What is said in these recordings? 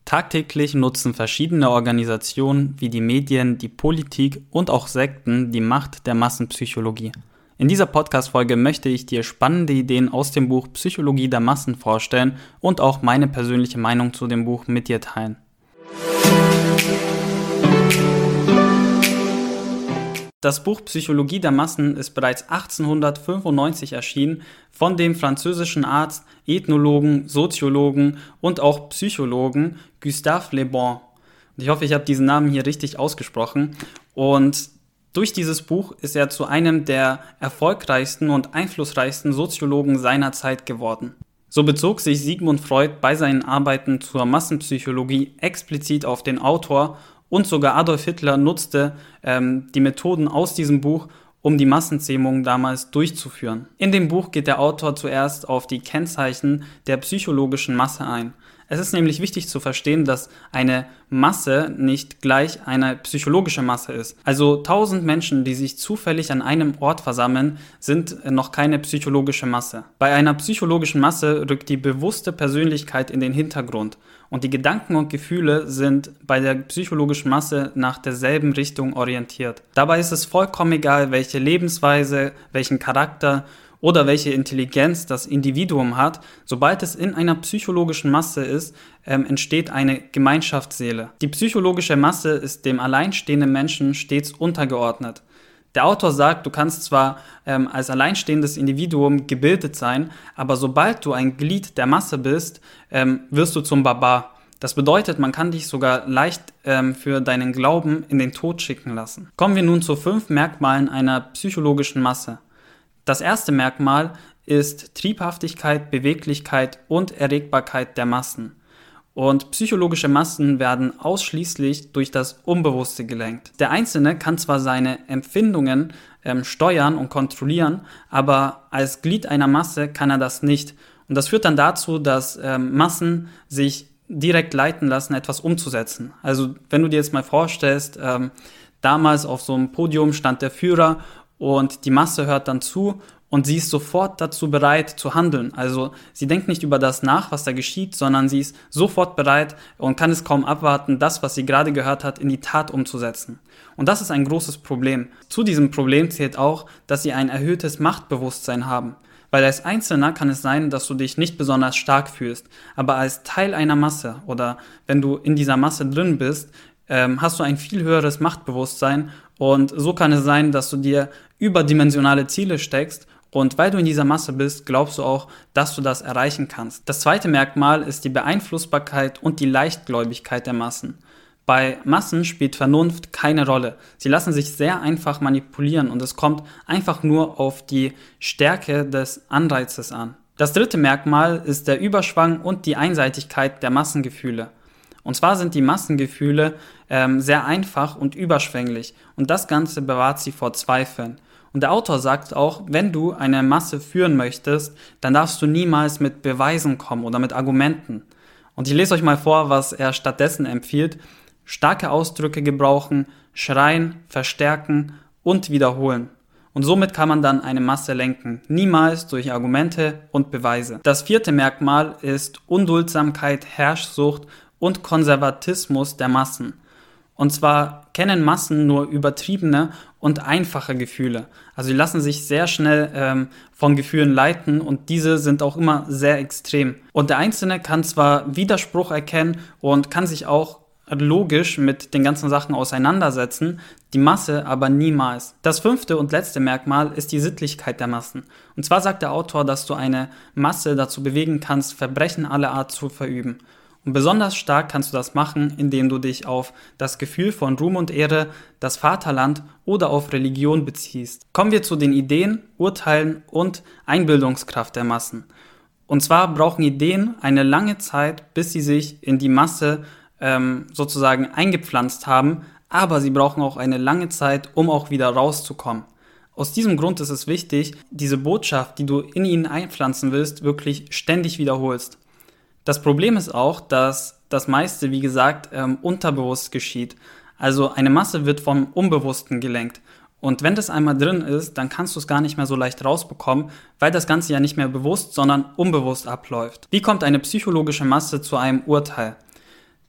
Tagtäglich nutzen verschiedene Organisationen wie die Medien, die Politik und auch Sekten die Macht der Massenpsychologie. In dieser Podcast-Folge möchte ich dir spannende Ideen aus dem Buch Psychologie der Massen vorstellen und auch meine persönliche Meinung zu dem Buch mit dir teilen. Das Buch Psychologie der Massen ist bereits 1895 erschienen von dem französischen Arzt, Ethnologen, Soziologen und auch Psychologen Gustave Le Bon. Und ich hoffe, ich habe diesen Namen hier richtig ausgesprochen. Und durch dieses Buch ist er zu einem der erfolgreichsten und einflussreichsten Soziologen seiner Zeit geworden. So bezog sich Sigmund Freud bei seinen Arbeiten zur Massenpsychologie explizit auf den Autor. Und sogar Adolf Hitler nutzte die Methoden aus diesem Buch, um die Massenzähmung damals durchzuführen. In dem Buch geht der Autor zuerst auf die Kennzeichen der psychologischen Masse ein. Es ist nämlich wichtig zu verstehen, dass eine Masse nicht gleich eine psychologische Masse ist. Also 1000 Menschen, die sich zufällig an einem Ort versammeln, sind noch keine psychologische Masse. Bei einer psychologischen Masse rückt die bewusste Persönlichkeit in den Hintergrund. Und die Gedanken und Gefühle sind bei der psychologischen Masse nach derselben Richtung orientiert. Dabei ist es vollkommen egal, welche Lebensweise, welchen Charakter oder welche Intelligenz das Individuum hat. Sobald es in einer psychologischen Masse ist, entsteht eine Gemeinschaftsseele. Die psychologische Masse ist dem alleinstehenden Menschen stets untergeordnet. Der Autor sagt, du kannst zwar als alleinstehendes Individuum gebildet sein, aber sobald du ein Glied der Masse bist, wirst du zum Barbar. Das bedeutet, man kann dich sogar leicht für deinen Glauben in den Tod schicken lassen. Kommen wir nun zu 5 Merkmalen einer psychologischen Masse. Das erste Merkmal ist Triebhaftigkeit, Beweglichkeit und Erregbarkeit der Massen. Und psychologische Massen werden ausschließlich durch das Unbewusste gelenkt. Der Einzelne kann zwar seine Empfindungen steuern und kontrollieren, aber als Glied einer Masse kann er das nicht. Und das führt dann dazu, dass Massen sich direkt leiten lassen, etwas umzusetzen. Also wenn du dir jetzt mal vorstellst, damals auf so einem Podium stand der Führer und die Masse hört dann zu und sie ist sofort dazu bereit zu handeln. Also sie denkt nicht über das nach, was da geschieht, sondern sie ist sofort bereit und kann es kaum abwarten, das, was sie gerade gehört hat, in die Tat umzusetzen. Und das ist ein großes Problem. Zu diesem Problem zählt auch, dass sie ein erhöhtes Machtbewusstsein haben. Weil als Einzelner kann es sein, dass du dich nicht besonders stark fühlst, aber als Teil einer Masse oder wenn du in dieser Masse drin bist, hast du ein viel höheres Machtbewusstsein und so kann es sein, dass du dir überdimensionale Ziele steckst und weil du in dieser Masse bist, glaubst du auch, dass du das erreichen kannst. Das zweite Merkmal ist die Beeinflussbarkeit und die Leichtgläubigkeit der Massen. Bei Massen spielt Vernunft keine Rolle. Sie lassen sich sehr einfach manipulieren und es kommt einfach nur auf die Stärke des Anreizes an. Das dritte Merkmal ist der Überschwang und die Einseitigkeit der Massengefühle. Und zwar sind die Massengefühle sehr einfach und überschwänglich und das Ganze bewahrt sie vor Zweifeln. Und der Autor sagt auch, wenn du eine Masse führen möchtest, dann darfst du niemals mit Beweisen kommen oder mit Argumenten. Und ich lese euch mal vor, was er stattdessen empfiehlt. Starke Ausdrücke gebrauchen, schreien, verstärken und wiederholen. Und somit kann man dann eine Masse lenken, niemals durch Argumente und Beweise. Das vierte Merkmal ist Unduldsamkeit, Herrschsucht und Konservatismus der Massen. Und zwar kennen Massen nur übertriebene und einfache Gefühle. Also sie lassen sich sehr schnell von Gefühlen leiten und diese sind auch immer sehr extrem. Und der Einzelne kann zwar Widerspruch erkennen und kann sich auch logisch mit den ganzen Sachen auseinandersetzen, die Masse aber niemals. Das 5. und letzte Merkmal ist die Sittlichkeit der Massen. Und zwar sagt der Autor, dass du eine Masse dazu bewegen kannst, Verbrechen aller Art zu verüben. Und besonders stark kannst du das machen, indem du dich auf das Gefühl von Ruhm und Ehre, das Vaterland oder auf Religion beziehst. Kommen wir zu den Ideen, Urteilen und Einbildungskraft der Massen. Und zwar brauchen Ideen eine lange Zeit, bis sie sich in die Masse sozusagen eingepflanzt haben, aber sie brauchen auch eine lange Zeit, um auch wieder rauszukommen. Aus diesem Grund ist es wichtig, diese Botschaft, die du in ihnen einpflanzen willst, wirklich ständig wiederholst. Das Problem ist auch, dass das meiste, wie gesagt, unterbewusst geschieht. Also eine Masse wird vom Unbewussten gelenkt. Und wenn das einmal drin ist, dann kannst du es gar nicht mehr so leicht rausbekommen, weil das Ganze ja nicht mehr bewusst, sondern unbewusst abläuft. Wie kommt eine psychologische Masse zu einem Urteil?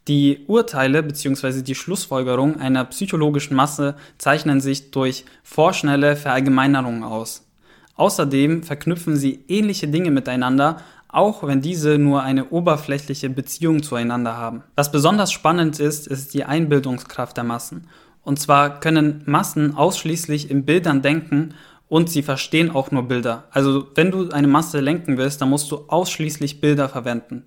Die Urteile bzw. die Schlussfolgerung einer psychologischen Masse zeichnen sich durch vorschnelle Verallgemeinerungen aus. Außerdem verknüpfen sie ähnliche Dinge miteinander, auch wenn diese nur eine oberflächliche Beziehung zueinander haben. Was besonders spannend ist die Einbildungskraft der Massen. Und zwar können Massen ausschließlich in Bildern denken und sie verstehen auch nur Bilder. Also wenn du eine Masse lenken willst, dann musst du ausschließlich Bilder verwenden.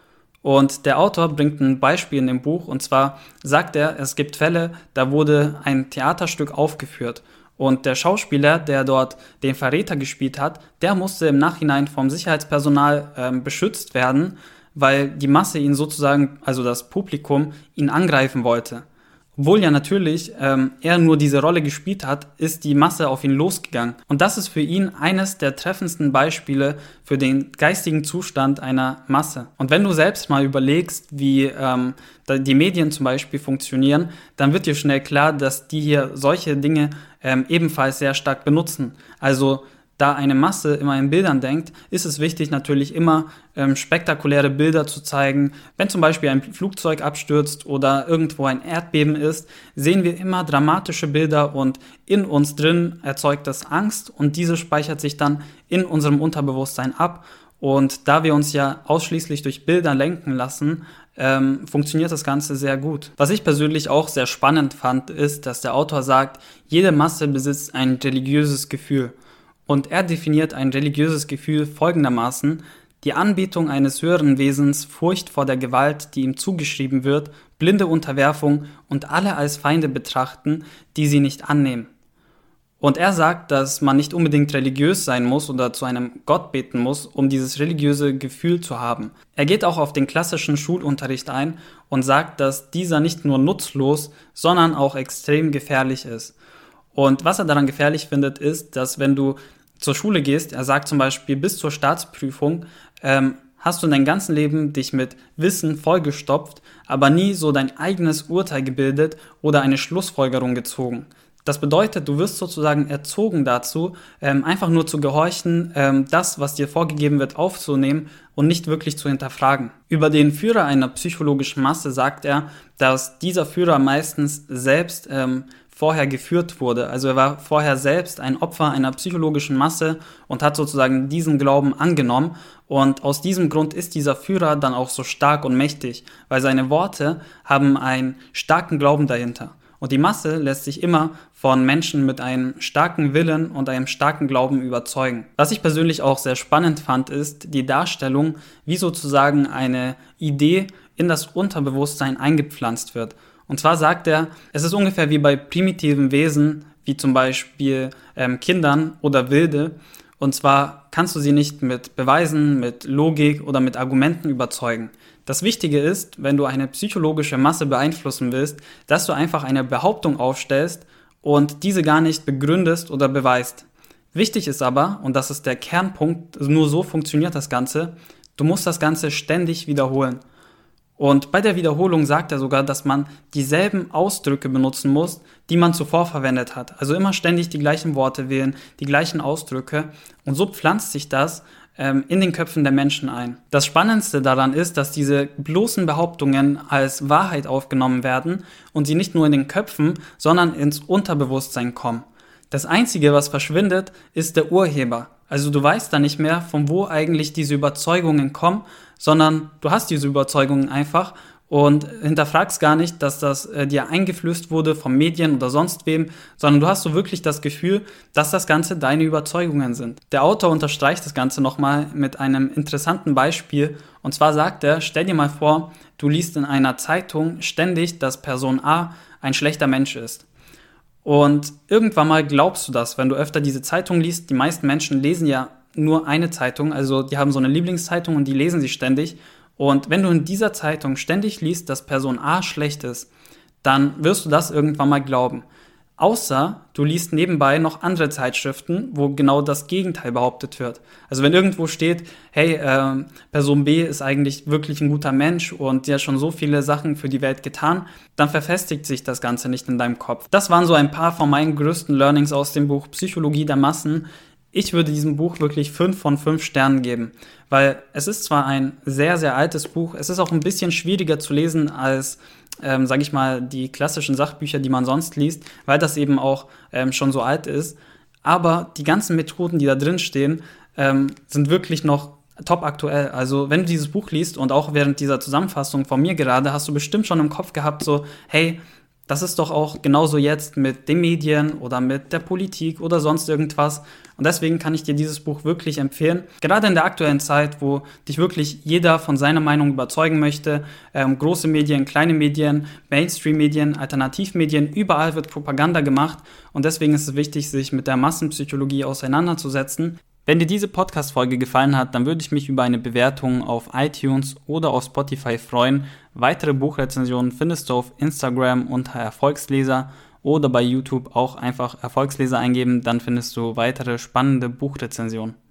Und der Autor bringt ein Beispiel in dem Buch, und zwar sagt er, es gibt Fälle, da wurde ein Theaterstück aufgeführt und der Schauspieler, der dort den Verräter gespielt hat, der musste im Nachhinein vom Sicherheitspersonal beschützt werden, weil die Masse ihn sozusagen, also das Publikum, ihn angreifen wollte. Obwohl ja natürlich er nur diese Rolle gespielt hat, ist die Masse auf ihn losgegangen. Und das ist für ihn eines der treffendsten Beispiele für den geistigen Zustand einer Masse. Und wenn du selbst mal überlegst, wie die Medien zum Beispiel funktionieren, dann wird dir schnell klar, dass die hier solche Dinge ebenfalls sehr stark benutzen. Also da eine Masse immer in Bildern denkt, ist es wichtig, natürlich immer spektakuläre Bilder zu zeigen. Wenn zum Beispiel ein Flugzeug abstürzt oder irgendwo ein Erdbeben ist, sehen wir immer dramatische Bilder und in uns drin erzeugt das Angst und diese speichert sich dann in unserem Unterbewusstsein ab. Und da wir uns ja ausschließlich durch Bilder lenken lassen, funktioniert das Ganze sehr gut. Was ich persönlich auch sehr spannend fand, ist, dass der Autor sagt, jede Masse besitzt ein religiöses Gefühl. Und er definiert ein religiöses Gefühl folgendermaßen: die Anbetung eines höheren Wesens, Furcht vor der Gewalt, die ihm zugeschrieben wird, blinde Unterwerfung und alle als Feinde betrachten, die sie nicht annehmen. Und er sagt, dass man nicht unbedingt religiös sein muss oder zu einem Gott beten muss, um dieses religiöse Gefühl zu haben. Er geht auch auf den klassischen Schulunterricht ein und sagt, dass dieser nicht nur nutzlos, sondern auch extrem gefährlich ist. Und was er daran gefährlich findet, ist, dass wenn du zur Schule gehst, er sagt zum Beispiel, bis zur Staatsprüfung hast du in deinem ganzen Leben dich mit Wissen vollgestopft, aber nie so dein eigenes Urteil gebildet oder eine Schlussfolgerung gezogen. Das bedeutet, du wirst sozusagen erzogen dazu, einfach nur zu gehorchen, das, was dir vorgegeben wird, aufzunehmen und nicht wirklich zu hinterfragen. Über den Führer einer psychologischen Masse sagt er, dass dieser Führer meistens selbst vorher geführt wurde. Also er war vorher selbst ein Opfer einer psychologischen Masse und hat sozusagen diesen Glauben angenommen. Und aus diesem Grund ist dieser Führer dann auch so stark und mächtig, weil seine Worte haben einen starken Glauben dahinter. Und die Masse lässt sich immer von Menschen mit einem starken Willen und einem starken Glauben überzeugen. Was ich persönlich auch sehr spannend fand, ist die Darstellung, wie sozusagen eine Idee in das Unterbewusstsein eingepflanzt wird. Und zwar sagt er, es ist ungefähr wie bei primitiven Wesen, wie zum Beispiel Kindern oder Wilde. Und zwar kannst du sie nicht mit Beweisen, mit Logik oder mit Argumenten überzeugen. Das Wichtige ist, wenn du eine psychologische Masse beeinflussen willst, dass du einfach eine Behauptung aufstellst und diese gar nicht begründest oder beweist. Wichtig ist aber, und das ist der Kernpunkt, nur so funktioniert das Ganze, du musst das Ganze ständig wiederholen. Und bei der Wiederholung sagt er sogar, dass man dieselben Ausdrücke benutzen muss, die man zuvor verwendet hat. Also immer ständig die gleichen Worte wählen, die gleichen Ausdrücke. Und so pflanzt sich das in den Köpfen der Menschen ein. Das Spannendste daran ist, dass diese bloßen Behauptungen als Wahrheit aufgenommen werden und sie nicht nur in den Köpfen, sondern ins Unterbewusstsein kommen. Das Einzige, was verschwindet, ist der Urheber. Also du weißt dann nicht mehr, von wo eigentlich diese Überzeugungen kommen, sondern du hast diese Überzeugungen einfach und hinterfragst gar nicht, dass das dir eingeflößt wurde von Medien oder sonst wem, sondern du hast so wirklich das Gefühl, dass das Ganze deine Überzeugungen sind. Der Autor unterstreicht das Ganze nochmal mit einem interessanten Beispiel, und zwar sagt er, stell dir mal vor, du liest in einer Zeitung ständig, dass Person A ein schlechter Mensch ist. Und irgendwann mal glaubst du das, wenn du öfter diese Zeitung liest. Die meisten Menschen lesen ja nur eine Zeitung, also die haben so eine Lieblingszeitung und die lesen sie ständig. Und wenn du in dieser Zeitung ständig liest, dass Person A schlecht ist, dann wirst du das irgendwann mal glauben. Außer du liest nebenbei noch andere Zeitschriften, wo genau das Gegenteil behauptet wird. Also wenn irgendwo steht, hey, Person B ist eigentlich wirklich ein guter Mensch und die hat schon so viele Sachen für die Welt getan, dann verfestigt sich das Ganze nicht in deinem Kopf. Das waren so ein paar von meinen größten Learnings aus dem Buch Psychologie der Massen. Ich würde diesem Buch wirklich 5 von 5 Sternen geben, weil es ist zwar ein sehr, sehr altes Buch, es ist auch ein bisschen schwieriger zu lesen als, sage ich mal, die klassischen Sachbücher, die man sonst liest, weil das eben auch schon so alt ist. Aber die ganzen Methoden, die da drin stehen, sind wirklich noch top aktuell. Also wenn du dieses Buch liest und auch während dieser Zusammenfassung von mir gerade, hast du bestimmt schon im Kopf gehabt, so, hey, das ist doch auch genauso jetzt mit den Medien oder mit der Politik oder sonst irgendwas. Und deswegen kann ich dir dieses Buch wirklich empfehlen. Gerade in der aktuellen Zeit, wo dich wirklich jeder von seiner Meinung überzeugen möchte. Große Medien, kleine Medien, Mainstream-Medien, Alternativmedien, überall wird Propaganda gemacht. Und deswegen ist es wichtig, sich mit der Massenpsychologie auseinanderzusetzen. Wenn dir diese Podcast-Folge gefallen hat, dann würde ich mich über eine Bewertung auf iTunes oder auf Spotify freuen. Weitere Buchrezensionen findest du auf Instagram unter Erfolgsleser oder bei YouTube auch einfach Erfolgsleser eingeben, dann findest du weitere spannende Buchrezensionen.